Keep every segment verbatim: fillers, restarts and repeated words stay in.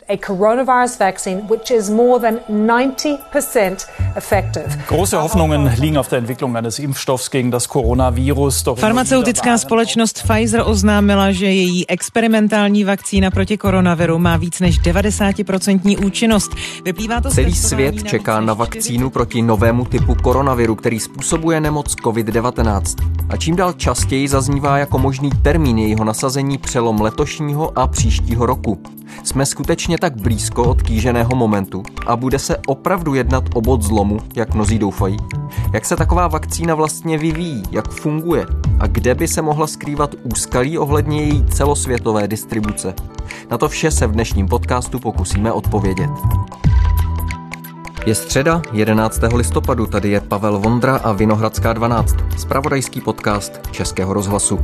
a coronavirus vaccine which is more than ninety percent effective. Große Hoffnungen liegen auf der Entwicklung eines Impfstoffs gegen das Coronavirus. Farmaceutická společnost Pfizer oznámila, že její experimentální vakcína proti koronaviru má víc než devadesát procent účinnost. Vyplývá to Celý svět čeká na vakcínu proti novému typu koronaviru, který způsobuje nemoc covid devatenáct. A čím dál častěji zaznívá jako možný termín jejího nasazení přelom letošního a příštího roku. Jsme skutečně tak blízko od kýženého momentu a bude se opravdu jednat o bod zlomu, jak mnozí doufají? Jak se taková vakcína vlastně vyvíjí, jak funguje a kde by se mohla skrývat úskalí ohledně její celosvětové distribuce? Na to vše se v dnešním podcastu pokusíme odpovědět. Je středa, jedenáctého listopadu, tady je Pavel Vondra a Vinohradská dvanáct, zpravodajský podcast Českého rozhlasu.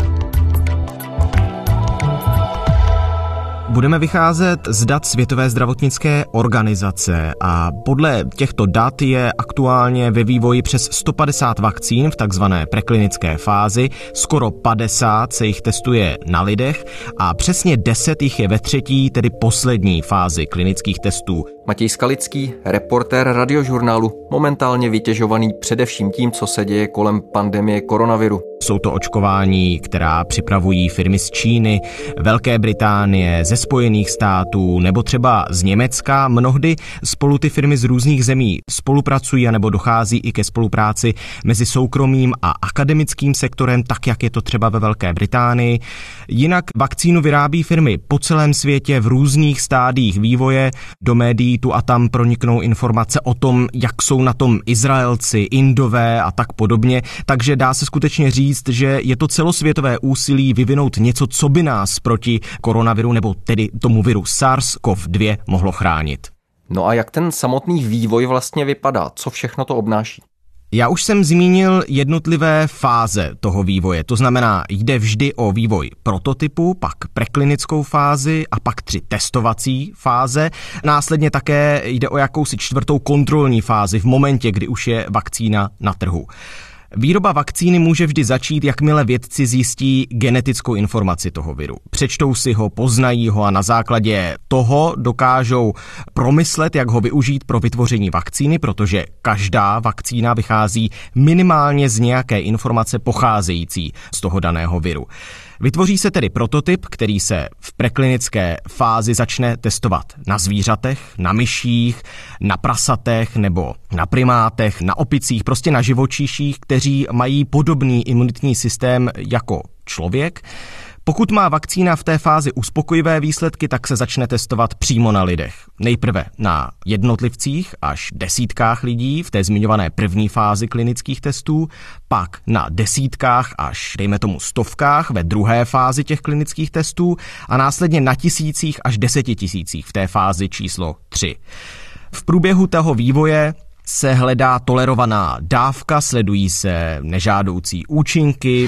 Budeme vycházet z dat Světové zdravotnické organizace a podle těchto dat je aktuálně ve vývoji přes sto padesát vakcín v takzvané preklinické fázi, skoro padesát se jich testuje na lidech a přesně deset jich je ve třetí, tedy poslední fázi klinických testů. Matěj Skalický, reportér Radiožurnálu, momentálně vytěžovaný především tím, co se děje kolem pandemie koronaviru. Jsou to očkování, která připravují firmy z Číny, Velké Británie, ze Spojených států nebo třeba z Německa. Mnohdy spolu ty firmy z různých zemí spolupracují anebo dochází i ke spolupráci mezi soukromým a akademickým sektorem, tak jak je to třeba ve Velké Británii. Jinak vakcínu vyrábí firmy po celém světě v různých stádiích vývoje. Do médií tu a tam proniknou informace o tom, jak jsou na tom Izraelci, Indové a tak podobně. Takže dá se skutečně říct, že je to celosvětové úsilí vyvinout něco, co by nás proti koronaviru nebo tedy tomu viru SARS-C o V dva mohlo chránit. No a jak ten samotný vývoj vlastně vypadá? Co všechno to obnáší? Já už jsem zmínil jednotlivé fáze toho vývoje, to znamená, jde vždy o vývoj prototypu, pak preklinickou fázi a pak tři testovací fáze. Následně také jde o jakousi čtvrtou kontrolní fázi v momentě, kdy už je vakcína na trhu. Výroba vakcíny může vždy začít, jakmile vědci zjistí genetickou informaci toho viru. Přečtou si ho, poznají ho a na základě toho dokážou promyslet, jak ho využít pro vytvoření vakcíny, protože každá vakcína vychází minimálně z nějaké informace pocházející z toho daného viru. Vytvoří se tedy prototyp, který se v preklinické fázi začne testovat na zvířatech, na myších, na prasatech nebo na primátech, na opicích, prostě na živočiších, kteří mají podobný imunitní systém jako člověk. Pokud má vakcína v té fázi uspokojivé výsledky, tak se začne testovat přímo na lidech. Nejprve na jednotlivcích až desítkách lidí v té zmiňované první fázi klinických testů, pak na desítkách až dejme tomu stovkách ve druhé fázi těch klinických testů a následně na tisících až desetitisících v té fázi číslo tři. V průběhu toho vývoje se hledá tolerovaná dávka, sledují se nežádoucí účinky.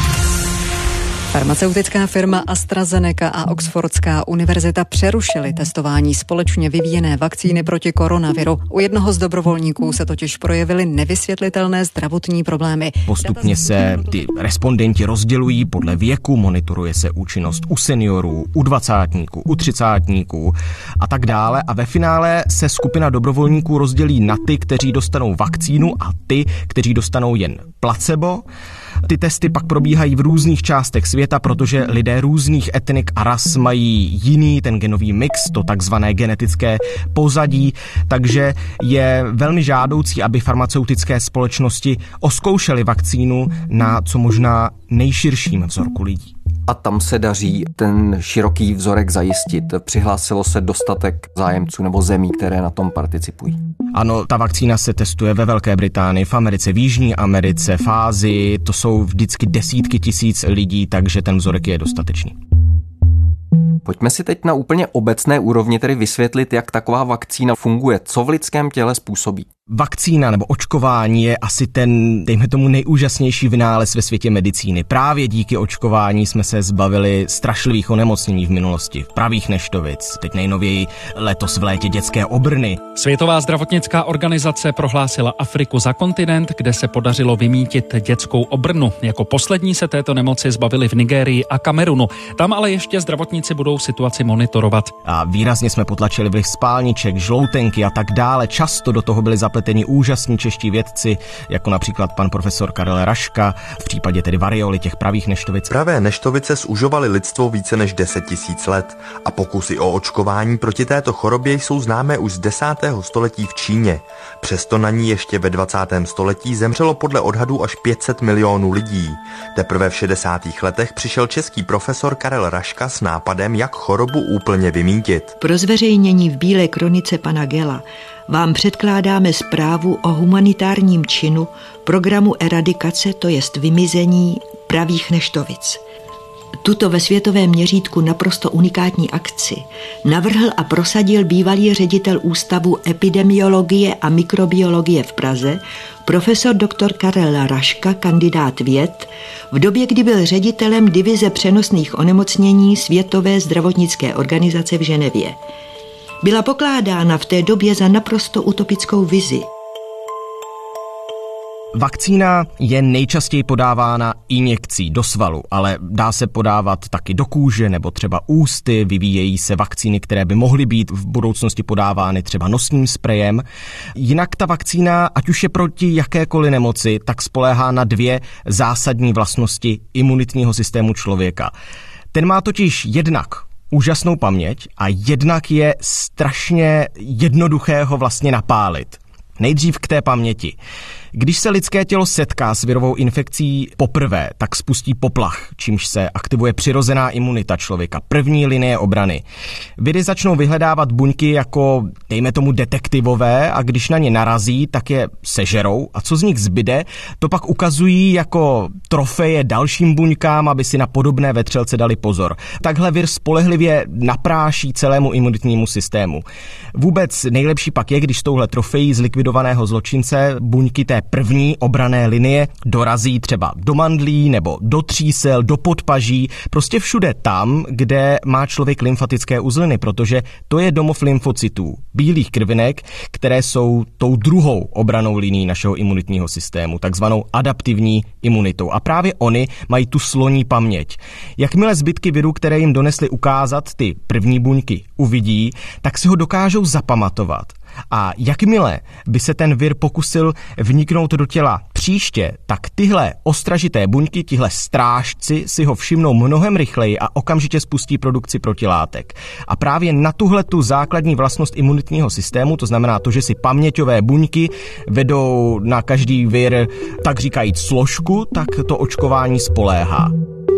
Farmaceutická firma AstraZeneca a Oxfordská univerzita přerušily testování společně vyvíjené vakcíny proti koronaviru. U jednoho z dobrovolníků se totiž projevily nevysvětlitelné zdravotní problémy. Postupně se ty respondenti rozdělují podle věku, monitoruje se účinnost u seniorů, u dvacátníků, u třicátníků a tak dále. A ve finále se skupina dobrovolníků rozdělí na ty, kteří dostanou vakcínu a ty, kteří dostanou jen placebo. Ty testy pak probíhají v různých částech světa, protože lidé různých etnik a ras mají jiný ten genový mix, to takzvané genetické pozadí, takže je velmi žádoucí, aby farmaceutické společnosti oskoušely vakcínu na co možná nejširším vzorku lidí. A tam se daří ten široký vzorek zajistit. Přihlásilo se dostatek zájemců nebo zemí, které na tom participují. Ano, ta vakcína se testuje ve Velké Británii, v Americe, v Jižní Americe, v Ázii, to jsou vždycky desítky tisíc lidí, takže ten vzorek je dostatečný. Pojďme si teď na úplně obecné úrovni tedy vysvětlit, jak taková vakcína funguje, co v lidském těle způsobí. Vakcína nebo očkování je asi ten, dejme tomu, nejúžasnější vynález ve světě medicíny. Právě díky očkování jsme se zbavili strašlivých onemocnění v minulosti, pravých neštovic, teď nejnověji letos v létě dětské obrny. Světová zdravotnická organizace prohlásila Afriku za kontinent, kde se podařilo vymýtit dětskou obrnu. Jako poslední se této nemoci zbavili v Nigérii a Kamerunu. Tam ale ještě zdravotníci budou situaci monitorovat. A výrazně jsme potlačili vliv spálniček, žloutenky a tak dále. Často do toho byli zapleteni úžasní čeští vědci, jako například pan profesor Karel Raška, v případě tedy varioly těch pravých neštovic. Pravé neštovice zužovaly lidstvo více než deset tisíc let a pokusy o očkování proti této chorobě jsou známé už z desátého století v Číně. Přesto na ní ještě ve dvacátém století zemřelo podle odhadů až pět set milionů lidí. Teprve v šedesátých letech přišel český profesor Karel Raška s nápadem, jak chorobu úplně vymýtit. Pro zveřejnění v Bílé kronice pana Gela vám předkládáme zprávu o humanitárním činu programu eradikace, to jest vymizení pravých neštovic. Tuto ve světovém měřítku naprosto unikátní akci navrhl a prosadil bývalý ředitel Ústavu epidemiologie a mikrobiologie v Praze, profesor doktor Karel Raška, kandidát věd, v době, kdy byl ředitelem divize přenosných onemocnění Světové zdravotnické organizace v Ženevě. Byla pokládána v té době za naprosto utopickou vizi. Vakcína je nejčastěji podávána injekcí do svalu, ale dá se podávat taky do kůže nebo třeba ústy, vyvíjejí se vakcíny, které by mohly být v budoucnosti podávány třeba nosním sprejem. Jinak ta vakcína, ať už je proti jakékoliv nemoci, tak spoléhá na dvě zásadní vlastnosti imunitního systému člověka. Ten má totiž jednak úžasnou paměť a jednak je strašně jednoduché ho vlastně napálit. Nejdřív k té paměti. Když se lidské tělo setká s virovou infekcí poprvé, tak spustí poplach, čímž se aktivuje přirozená imunita člověka, první linie obrany. Viry začnou vyhledávat buňky jako, dejme tomu, detektivové a když na ně narazí, tak je sežerou a co z nich zbyde, to pak ukazují jako trofeje dalším buňkám, aby si na podobné vetřelce dali pozor. Takhle vir spolehlivě napráší celému imunitnímu systému. Vůbec nejlepší pak je, když s touhle trofejí zlikvidovaného zločince buňky té první obranné linie dorazí třeba do mandlí nebo do třísel, do podpaží, prostě všude tam, kde má člověk lymfatické uzliny, protože to je domov lymfocytů, bílých krvinek, které jsou tou druhou obrannou linií našeho imunitního systému, takzvanou adaptivní imunitou. A právě oni mají tu sloní paměť. Jakmile zbytky viru, které jim donesly ukázat ty první buňky, uvidí, tak si ho dokážou zapamatovat. A jakmile by se ten vir pokusil vniknout do těla příště, tak tyhle ostražité buňky, tihle strážci si ho všimnou mnohem rychleji a okamžitě spustí produkci protilátek. A právě na tuhle tu základní vlastnost imunitního systému, to znamená to, že si paměťové buňky vedou na každý vir, tak říkajíc, složku, tak to očkování spoléhá.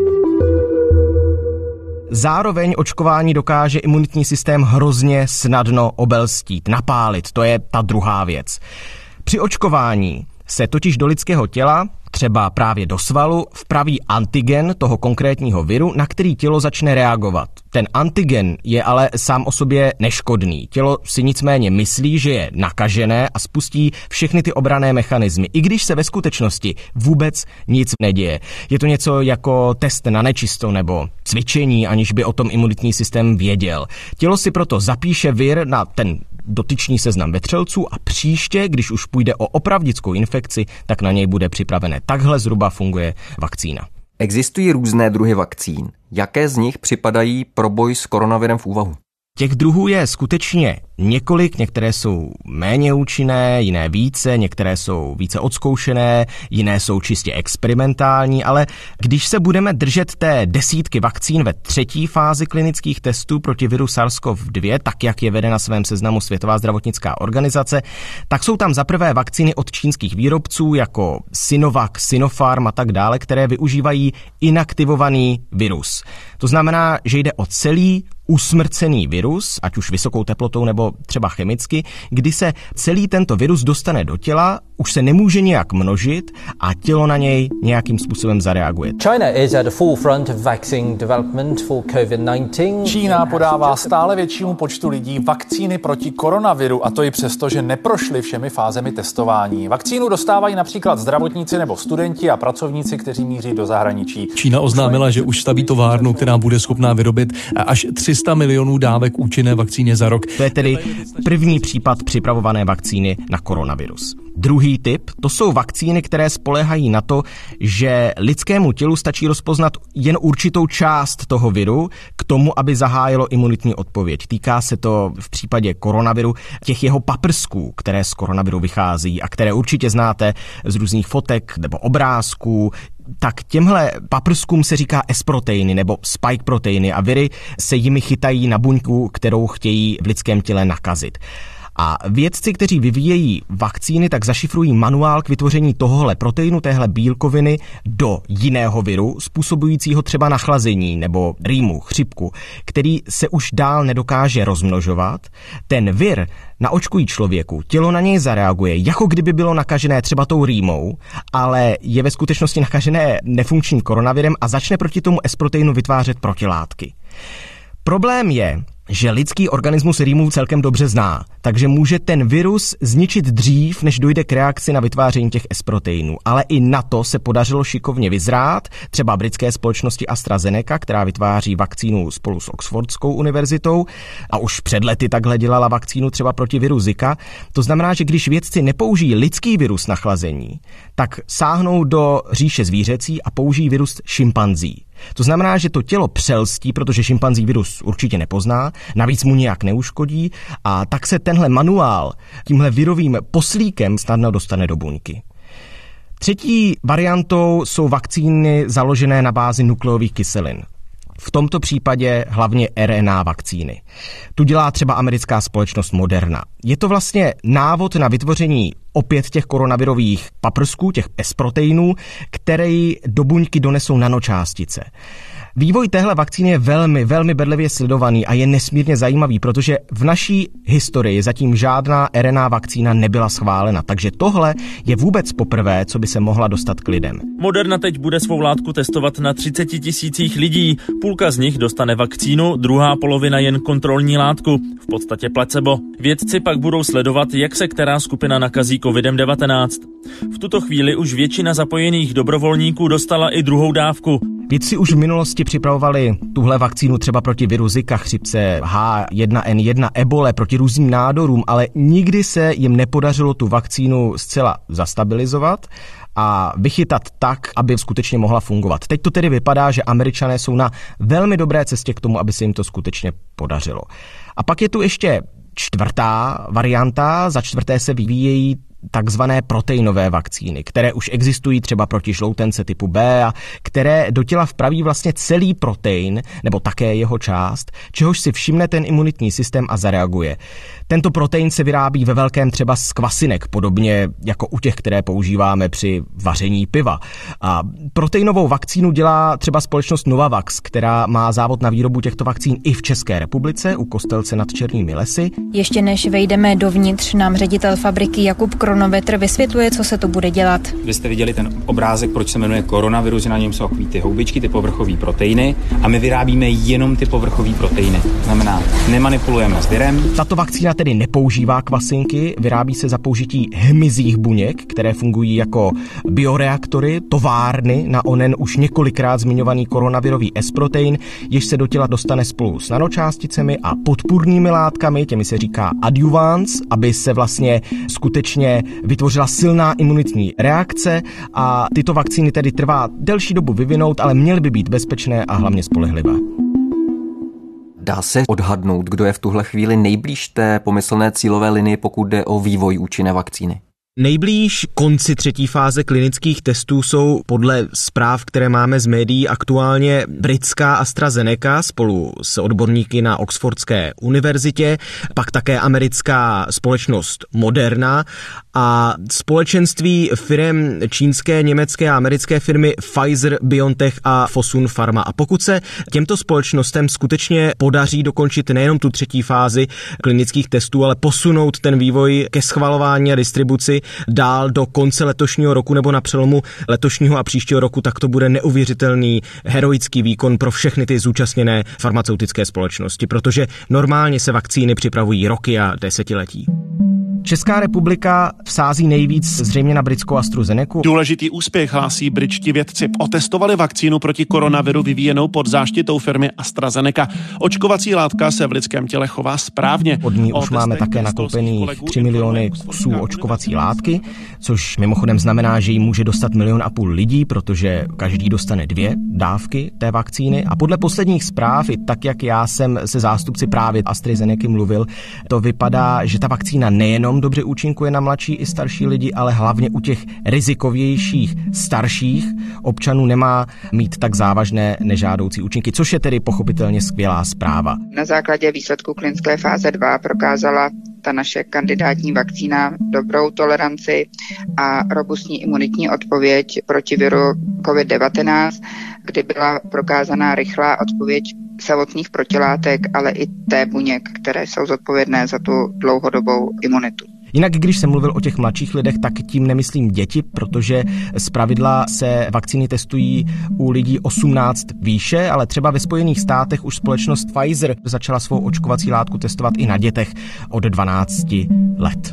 Zároveň očkování dokáže imunitní systém hrozně snadno obelstít, napálit, to je ta druhá věc. Při očkování se totiž do lidského těla, třeba právě do svalu, vpraví antigen toho konkrétního viru, na který tělo začne reagovat. Ten antigen je ale sám o sobě neškodný. Tělo si nicméně myslí, že je nakažené a spustí všechny ty obranné mechanismy, i když se ve skutečnosti vůbec nic neděje. Je to něco jako test na nečisto nebo cvičení, aniž by o tom imunitní systém věděl. Tělo si proto zapíše vir na ten dotyčný seznam vetřelců a příště, když už půjde o opravdickou infekci, tak na něj bude připravené. Takhle zhruba funguje vakcína. Existují různé druhy vakcín. Jaké z nich připadají pro boj s koronavirem v úvahu? Těch druhů je skutečně několik, některé jsou méně účinné, jiné více, některé jsou více odzkoušené, jiné jsou čistě experimentální, ale když se budeme držet té desítky vakcín ve třetí fázi klinických testů proti viru SARS-C o V dva, tak jak je vede na svém seznamu Světová zdravotnická organizace, tak jsou tam zaprvé vakcíny od čínských výrobců jako Sinovac, Sinopharm a tak dále, které využívají inaktivovaný virus. To znamená, že jde o celý usmrcený virus, ať už vysokou teplotou nebo třeba chemicky, kdy se celý tento virus dostane do těla, už se nemůže nějak množit a tělo na něj nějakým způsobem zareaguje. China is at the forefront of vaccine development for covid nineteen. Čína podává stále většímu počtu lidí vakcíny proti koronaviru, a to i přesto, že neprošli všemi fázemi testování. Vakcínu dostávají například zdravotníci nebo studenti a pracovníci, kteří míří do zahraničí. Čína oznámila, že už staví továrnu, která bude schopná vyrobit až tři sta milionů dávek účinné vakcíny za rok. To je tedy první případ připravované vakcíny na koronavirus. Druhý typ, to jsou vakcíny, které spoléhají na to, že lidskému tělu stačí rozpoznat jen určitou část toho viru k tomu, aby zahájilo imunitní odpověď. Týká se to v případě koronaviru těch jeho paprsků, které z koronaviru vychází a které určitě znáte z různých fotek nebo obrázků. Tak těmhle paprskům se říká S-proteiny nebo spike proteiny a viry se jimi chytají na buňku, kterou chtějí v lidském těle nakazit. A vědci, kteří vyvíjejí vakcíny, tak zašifrují manuál k vytvoření tohohle proteinu, téhle bílkoviny do jiného viru, způsobujícího třeba nachlazení nebo rýmu, chřipku, který se už dál nedokáže rozmnožovat. Ten vir naočkují člověku, tělo na něj zareaguje, jako kdyby bylo nakažené třeba tou rýmou, ale je ve skutečnosti nakažené nefunkčním koronavirem a začne proti tomu S-proteinu vytvářet protilátky. Problém je, že lidský organismus rýmu celkem dobře zná, takže může ten virus zničit dřív, než dojde k reakci na vytváření těch S-proteinů. Ale i na to se podařilo šikovně vyzrát, třeba britské společnosti AstraZeneca, která vytváří vakcínu spolu s Oxfordskou univerzitou a už před lety takhle dělala vakcínu třeba proti viru Zika. To znamená, že když vědci nepoužijí lidský virus na chlazení, tak sáhnou do říše zvířecí a použijí virus šimpanzí. To znamená, že to tělo přelstí, protože šimpanzí virus určitě nepozná, navíc mu nijak neuškodí a tak se tenhle manuál tímhle virovým poslíkem snadno dostane do buňky. Třetí variantou jsou vakcíny založené na bázi nukleových kyselin. V tomto případě hlavně R N A vakcíny. Tu dělá třeba americká společnost Moderna. Je to vlastně návod na vytvoření opět těch koronavirových paprsků, těch S-proteinů, které do buňky donesou nanočástice. Vývoj téhle vakcíny je velmi, velmi bedlivě sledovaný a je nesmírně zajímavý, protože v naší historii zatím žádná R N A vakcína nebyla schválena, takže tohle je vůbec poprvé, co by se mohla dostat k lidem. Moderna teď bude svou látku testovat na třicet tisících lidí. Půlka z nich dostane vakcínu, druhá polovina jen kontrolní látku, v podstatě placebo. Vědci pak budou sledovat, jak se která skupina nakazí kovidem devatenáct. V tuto chvíli už většina zapojených dobrovolníků dostala i druhou dávku. Vědci už v minulosti připravovali tuhle vakcínu třeba proti viru Zika, chřipce H jedna N jedna, ebole, proti různým nádorům, ale nikdy se jim nepodařilo tu vakcínu zcela zastabilizovat a vychytat tak, aby skutečně mohla fungovat. Teď to tedy vypadá, že Američané jsou na velmi dobré cestě k tomu, aby se jim to skutečně podařilo. A pak je tu ještě čtvrtá varianta, za čtvrté se vyvíjejí takzvané proteinové vakcíny, které už existují třeba proti žloutence typu B a které do těla vpraví vlastně celý protein, nebo také jeho část, čehož si všimne ten imunitní systém a zareaguje. Tento protein se vyrábí ve velkém třeba z kvasinek, podobně jako u těch, které používáme při vaření piva. A proteinovou vakcínu dělá třeba společnost Novavax, která má závod na výrobu těchto vakcín i v České republice, u Kostelce nad Černými lesy. Ještě než vejdeme dovnitř, nám ředitel fabriky Jakub Kronovetr vysvětluje, co se to bude dělat. Vy jste viděli ten obrázek, proč se jmenuje koronavirus, na něm jsou takový ty houbičky, ty povrchové proteiny a my vyrábíme jenom ty povrchové proteiny. To znamená, nemanipulujeme s virem. Tato vakcína tedy nepoužívá kvasinky, vyrábí se za použití hmyzích buněk, které fungují jako bioreaktory, továrny na onen už několikrát zmiňovaný koronavirový S-protein, jež se do těla dostane spolu s nanočásticemi a podpůrnými látkami, těmi se říká adjuvans, aby se vlastně skutečně vytvořila silná imunitní reakce a tyto vakcíny tedy trvá delší dobu vyvinout, ale měly by být bezpečné a hlavně spolehlivé. Dá se odhadnout, kdo je v tuhle chvíli nejblíž té pomyslné cílové linii, pokud jde o vývoj účinné vakcíny? Nejblíž konci třetí fáze klinických testů jsou podle zpráv, které máme z médií, aktuálně britská AstraZeneca spolu s odborníky na Oxfordské univerzitě, pak také americká společnost Moderna a společenství firem čínské, německé a americké firmy Pfizer, BioNTech a Fosun Pharma. A pokud se těmto společnostem skutečně podaří dokončit nejenom tu třetí fázi klinických testů, ale posunout ten vývoj ke schvalování a distribuci, dál do konce letošního roku nebo na přelomu letošního a příštího roku, tak to bude neuvěřitelný heroický výkon pro všechny ty zúčastněné farmaceutické společnosti, protože normálně se vakcíny připravují roky a desetiletí. Česká republika vsází nejvíc zřejmě na britskou AstraZenecu. Důležitý úspěch hlásí britští vědci. Otestovali vakcínu proti koronaviru vyvíjenou pod záštitou firmy AstraZeneca. Očkovací látka se v lidském těle chová správně. Od ní už máme také nakoupených tři miliony kusů očkovací látky, což mimochodem znamená, že jí může dostat milion a půl lidí, protože každý dostane dvě dávky té vakcíny. A podle posledních zpráv, i tak jak já jsem se zástupci právě AstraZeneca mluvil, to vypadá, že ta vakcína nejenom dobře účinkuje na mladší i starší lidi, ale hlavně u těch rizikovějších starších občanů nemá mít tak závažné nežádoucí účinky, což je tedy pochopitelně skvělá zpráva. Na základě výsledků klinické fáze dva prokázala ta naše kandidátní vakcína dobrou toleranci a robustní imunitní odpověď proti viru covid devatenáct, kdy byla prokázaná rychlá odpověď samotných protilátek, ale i té buněk, které jsou zodpovědné za tu dlouhodobou imunitu. Jinak, když jsem mluvil o těch mladších lidech, tak tím nemyslím děti, protože zpravidla se vakcíny testují u lidí osmnáct výše, ale třeba ve Spojených státech už společnost Pfizer začala svou očkovací látku testovat i na dětech od dvanácti let.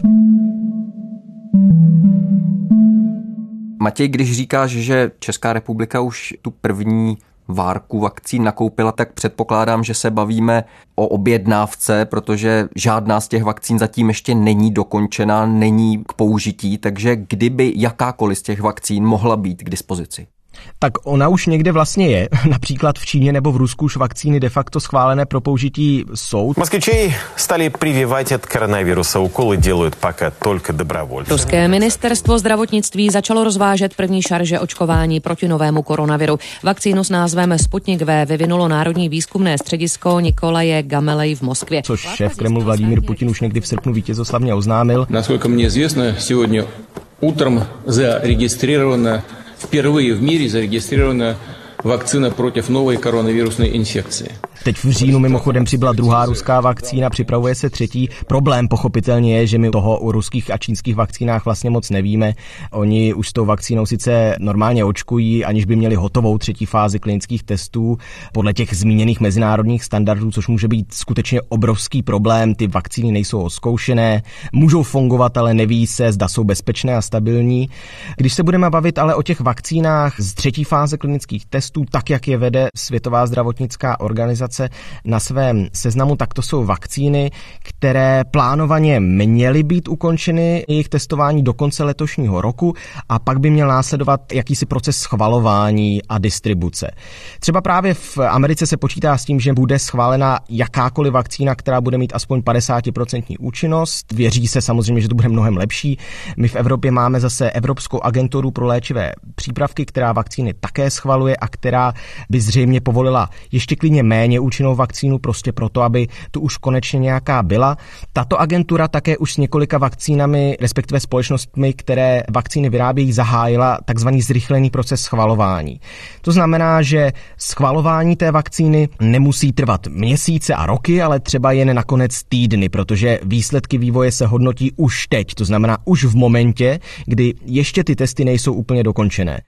Matěj, když říkáš, že Česká republika už tu první várku vakcín nakoupila, tak předpokládám, že se bavíme o objednávce, protože žádná z těch vakcín zatím ještě není dokončená, není k použití, takže kdyby jakákoliv z těch vakcín mohla být k dispozici? Tak ona už někde vlastně je. Například v Číně nebo v Rusku už vakcíny de facto schválené pro použití jsou. Moskviči stali прививать от коронавируса, уколы делают пока только добровольцы. Ruské ministerstvo zdravotnictví začalo rozvážet první šarže očkování proti novému koronaviru. Vakcínu s názvem Sputnik V vyvinulo Národní výzkumné středisko Nikolaje Gamelej v Moskvě. Což šéf Kremlu Vladimír Putin už někdy v srpnu vítězoslavně oznámil. Насколько мне известно, сегодня утром зарегистрировано впервые в мире зарегистрирована vakcína proti nové koronavírusné infekci. Teď v říjnu mimochodem přibyla druhá ruská vakcína, připravuje se třetí. Problém pochopitelně je, že my toho u ruských a čínských vakcínách vlastně moc nevíme. Oni už s tou vakcínou sice normálně očkují, aniž by měli hotovou třetí fázi klinických testů podle těch zmíněných mezinárodních standardů, což může být skutečně obrovský problém. Ty vakcíny nejsou odzkoušené, můžou fungovat, ale neví se, zda jsou bezpečné a stabilní. Když se budeme bavit ale o těch vakcínách z třetí fáze klinických testů, tak jak je vede Světová zdravotnická organizace na svém seznamu, tak to jsou vakcíny, které plánovaně měly být ukončeny jejich testování do konce letošního roku a pak by měl následovat jakýsi proces schvalování a distribuce. Třeba právě v Americe se počítá s tím, že bude schválena jakákoliv vakcína, která bude mít aspoň padesát procent účinnost. Věří se samozřejmě, že to bude mnohem lepší. My v Evropě máme zase Evropskou agenturu pro léčivé přípravky, která vakcíny také schvaluje a která by zřejmě povolila ještě klidně méně účinnou vakcínu prostě proto, aby tu už konečně nějaká byla. Tato agentura také už s několika vakcínami, respektive společnostmi, které vakcíny vyrábějí, zahájila takzvaný zrychlený proces schvalování. To znamená, že schvalování té vakcíny nemusí trvat měsíce a roky, ale třeba jen nakonec týdny, protože výsledky vývoje se hodnotí už teď, to znamená už v momentě, kdy ještě ty testy nejsou úplně dokončené.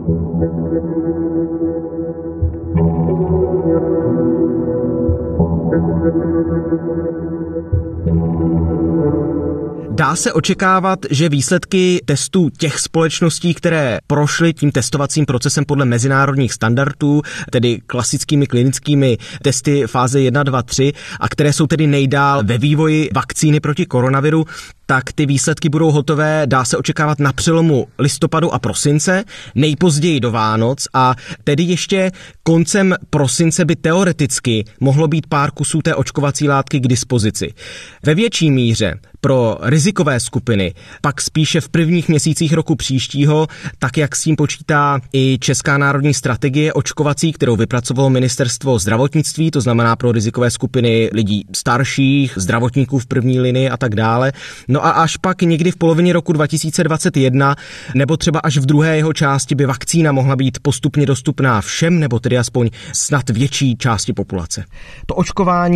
Dá se očekávat, že výsledky testů těch společností, které prošly tím testovacím procesem podle mezinárodních standardů, tedy klasickými klinickými testy fáze jedna, dva, tři, a které jsou tedy nejdál ve vývoji vakcíny proti koronaviru, tak ty výsledky budou hotové, dá se očekávat na přelomu listopadu a prosince, nejpozději do Vánoc, a tedy ještě koncem prosince by teoreticky mohlo být pár kusů té očkovací látky k dispozici. Ve větší míře pro rizikové skupiny pak spíše v prvních měsících roku příštího, tak jak s tím počítá i Česká národní strategie očkovací, kterou vypracovalo Ministerstvo zdravotnictví, to znamená pro rizikové skupiny lidí starších, zdravotníků v první linii a tak dále. No a až pak někdy v polovině roku dva tisíce dvacet jedna nebo třeba až v druhé jeho části by vakcína mohla být postupně dostupná všem, nebo tedy aspoň snad větší části populace. To očkování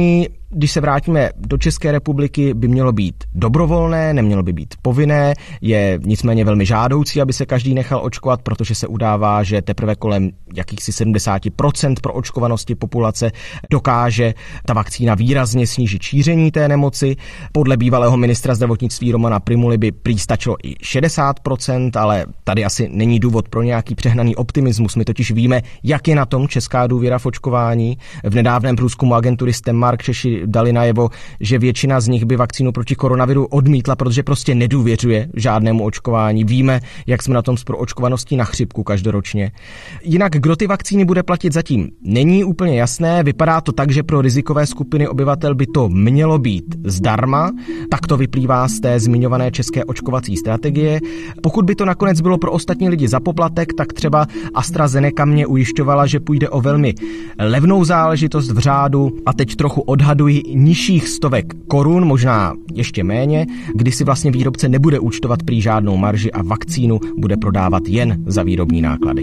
když se vrátíme do České republiky, by mělo být dobrovolné, nemělo by být povinné, je nicméně velmi žádoucí, aby se každý nechal očkovat, protože se udává, že teprve kolem jakýchsi sedmdesát procent pro očkovanosti populace dokáže ta vakcína výrazně snížit šíření té nemoci. Podle bývalého ministra zdravotnictví Romana Prymuly by prý stačilo i šedesát procent, ale tady asi není důvod pro nějaký přehnaný optimismus. My totiž víme, jak je na tom česká důvěra v očkování. V nedávném průzkumu agentury StemMark Češi dali najevo, že většina z nich by vakcínu proti koronaviru odmítla, protože prostě nedůvěřuje žádnému očkování. Víme, jak jsme na tom s proočkovaností na chřipku každoročně. Jinak, kdo ty vakcíny bude platit, zatím není úplně jasné. Vypadá to tak, že pro rizikové skupiny obyvatel by to mělo být zdarma. Tak to vyplývá z té zmiňované české očkovací strategie. Pokud by to nakonec bylo pro ostatní lidi za poplatek, tak třeba AstraZeneca mě ujišťovala, že půjde o velmi levnou záležitost v řádu, a teď trochu odhaduji, nižších stovek korun, možná ještě méně, kdy si vlastně výrobce nebude účtovat prý žádnou marži a vakcínu bude prodávat jen za výrobní náklady.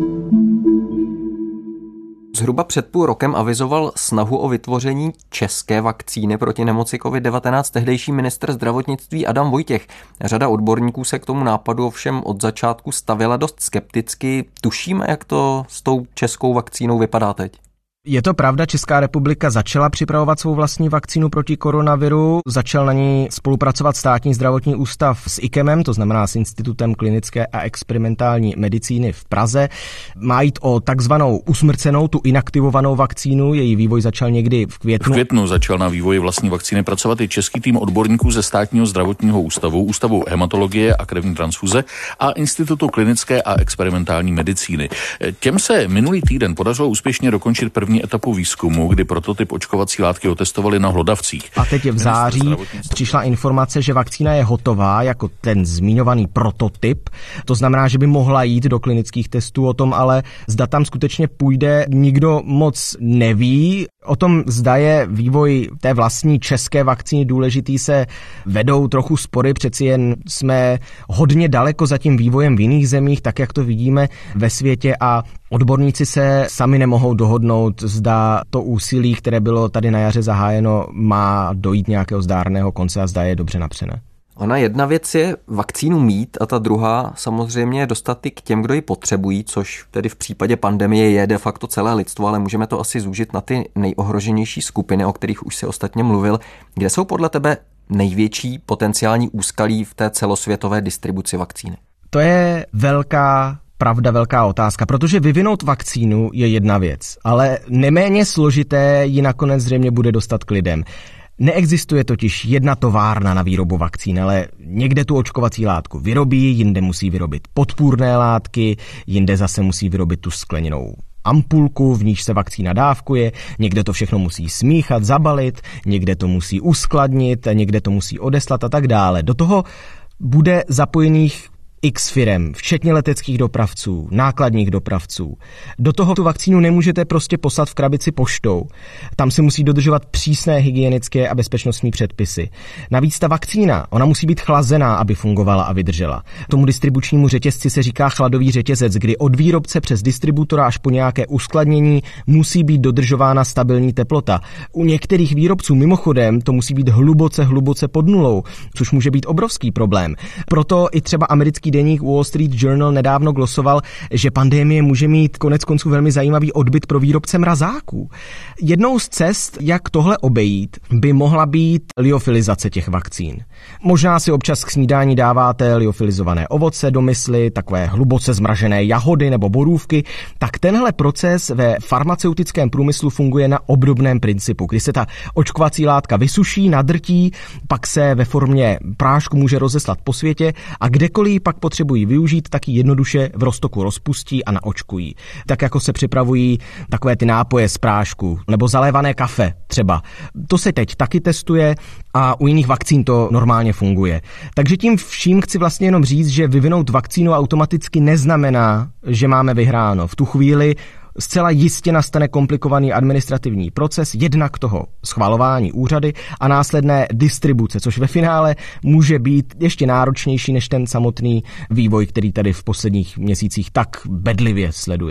Zhruba před půl rokem avizoval snahu o vytvoření české vakcíny proti nemoci covid devatenáct tehdejší ministr zdravotnictví Adam Vojtěch. Řada odborníků se k tomu nápadu ovšem od začátku stavěla dost skepticky. Tušíme, jak to s tou českou vakcínou vypadá teď? Je to pravda, Česká republika začala připravovat svou vlastní vakcínu proti koronaviru, začal na ní spolupracovat Státní zdravotní ústav s IKEMem, to znamená s Institutem klinické a experimentální medicíny v Praze. Má jít o takzvanou usmrcenou, tu inaktivovanou vakcínu, její vývoj začal někdy v květnu. V květnu začal na vývoji vlastní vakcíny pracovat i český tým odborníků ze Státního zdravotního ústavu, Ústavu hematologie a krevní transfuze a Institutu klinické a experimentální medicíny. Těm se minulý týden podařilo úspěšně dokončit první etapu výzkumu, kdy prototyp očkovací látky otestovali na hlodavcích. A teď v září přišla informace, že vakcína je hotová jako ten zmiňovaný prototyp. To znamená, že by mohla jít do klinických testů, o tom ale zda tam skutečně půjde, nikdo moc neví. O tom, zda je vývoj té vlastní české vakcíny důležitý, se vedou trochu spory, přeci jen jsme hodně daleko za tím vývojem v jiných zemích, tak jak to vidíme ve světě, a odborníci se sami nemohou dohodnout, zda to úsilí, které bylo tady na jaře zahájeno, má dojít nějakého zdárného konce a zda je dobře napřené. Ona jedna věc je vakcínu mít a ta druhá samozřejmě je dostat i k těm, kdo ji potřebují, což tedy v případě pandemie je de facto celé lidstvo, ale můžeme to asi zúžit na ty nejohroženější skupiny, o kterých už si ostatně mluvil. Kde jsou podle tebe největší potenciální úskalí v té celosvětové distribuci vakcíny? To je velká pravda, velká otázka, protože vyvinout vakcínu je jedna věc, ale neméně složité ji nakonec zřejmě bude dostat k lidem. Neexistuje totiž jedna továrna na výrobu vakcín, ale někde tu očkovací látku vyrobí, jinde musí vyrobit podpůrné látky, jinde zase musí vyrobit tu skleněnou ampulku, v níž se vakcína dávkuje, někde to všechno musí smíchat, zabalit, někde to musí uskladnit, někde to musí odeslat a tak dále. Do toho bude zapojených x firem, včetně leteckých dopravců, nákladních dopravců. Do toho tu vakcínu nemůžete prostě poslat v krabici poštou. Tam se musí dodržovat přísné hygienické a bezpečnostní předpisy. Navíc ta vakcína, ona musí být chlazená, aby fungovala a vydržela. Tomu distribučnímu řetězci se říká chladový řetězec, kdy od výrobce přes distributora až po nějaké uskladnění musí být dodržována stabilní teplota. U některých výrobců mimochodem to musí být hluboce, hluboce pod nulou, což může být obrovský problém. Proto i třeba americký deník Wall Street Journal nedávno glosoval, že pandemie může mít konec konců velmi zajímavý odbyt pro výrobce mrazáků. Jednou z cest, jak tohle obejít, by mohla být liofilizace těch vakcín. Možná si občas k snídání dáváte liofilizované ovoce do mysli, takové hluboce zmražené jahody nebo borůvky, tak tenhle proces ve farmaceutickém průmyslu funguje na obdobném principu, kdy se ta očkovací látka vysuší, nadrtí, pak se ve formě prášku může rozeslat po světě a kdekoliv pak potřebují využít, tak ji jednoduše v roztoku rozpustí a naočkují. Tak jako se připravují takové ty nápoje z prášku nebo zalévané kafe třeba. To se teď taky testuje a u jiných vakcín to normálně funguje. Takže tím vším chci vlastně jenom říct, že vyvinout vakcínu automaticky neznamená, že máme vyhráno. V tu chvíli zcela jistě nastane komplikovaný administrativní proces, jednak toho schvalování úřady a následné distribuce, což ve finále může být ještě náročnější než ten samotný vývoj, který tady v posledních měsících tak bedlivě sledujeme.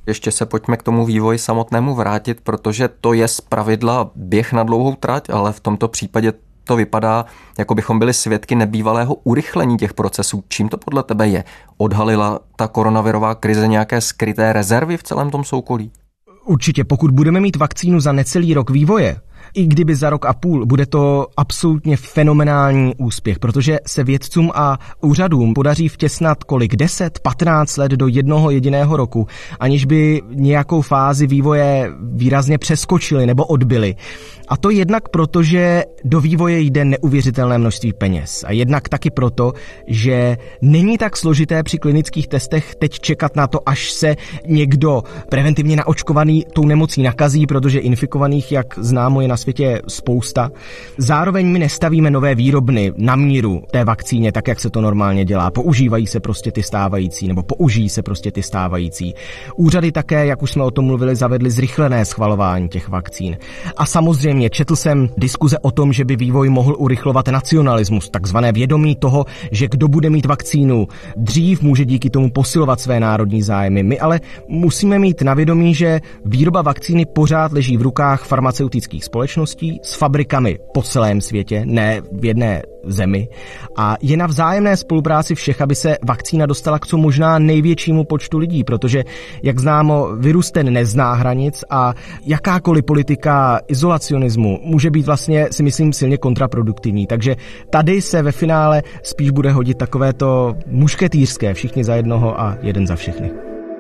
Ještě se pojďme k tomu vývoji samotnému vrátit, protože to je zpravidla běh na dlouhou trať, ale v tomto případě to vypadá, jako bychom byli svědky nebývalého urychlení těch procesů. Čím to podle tebe je? Odhalila ta koronavirová krize nějaké skryté rezervy v celém tom soukolí? Určitě, pokud budeme mít vakcínu za necelý rok vývoje, i kdyby za rok a půl, bude to absolutně fenomenální úspěch, protože se vědcům a úřadům podaří vtěsnat kolik deset, patnáct let do jednoho jediného roku, aniž by nějakou fázi vývoje výrazně přeskočili nebo odbyli. A to jednak proto, že do vývoje jde neuvěřitelné množství peněz. A jednak taky proto, že není tak složité při klinických testech teď čekat na to, až se někdo preventivně naočkovaný tou nemocí nakazí, protože infikovaných, jak známo, je na světě spousta. Zároveň my nestavíme nové výrobny na míru té vakcíně, tak jak se to normálně dělá. Používají se prostě ty stávající, nebo použijí se prostě ty stávající. Úřady také, jak už jsme o tom mluvili, zavedly zrychlené schvalování těch vakcín. A samozřejmě četl jsem diskuze o tom, že by vývoj mohl urychlovat nacionalismus, takzvané vědomí toho, že kdo bude mít vakcínu dřív, může díky tomu posilovat své národní zájmy. My ale musíme mít na vědomí, že výroba vakcíny pořád leží v rukách farmaceutických společností s fabrikami po celém světě, ne v jedné zemi. A je na vzájemné spolupráci všech, aby se vakcína dostala k co možná největšímu počtu lidí, protože, jak známo, virus ten nezná hranic a jakákoliv politika izolacionismu může být vlastně, si myslím, silně kontraproduktivní. Takže tady se ve finále spíš bude hodit takovéto mušketýřské, všichni za jednoho a jeden za všechny.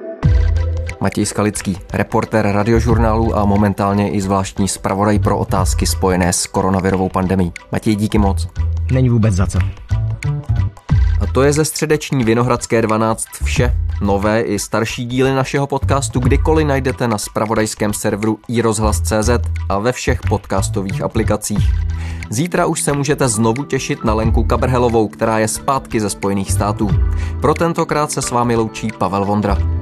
Matěj Skalický, reportér Radiožurnálu a momentálně i zvláštní zpravodaj pro otázky spojené s koronavirovou pandemií. Matěj, díky moc. Není vůbec za co. A to je ze středeční Vinohradské dvanáct vše. Nové i starší díly našeho podcastu kdykoliv najdete na zpravodajském serveru i rozhlas tečka cé zet a ve všech podcastových aplikacích. Zítra už se můžete znovu těšit na Lenku Kabrhelovou, která je zpátky ze Spojených států. Pro tentokrát se s vámi loučí Pavel Vondra.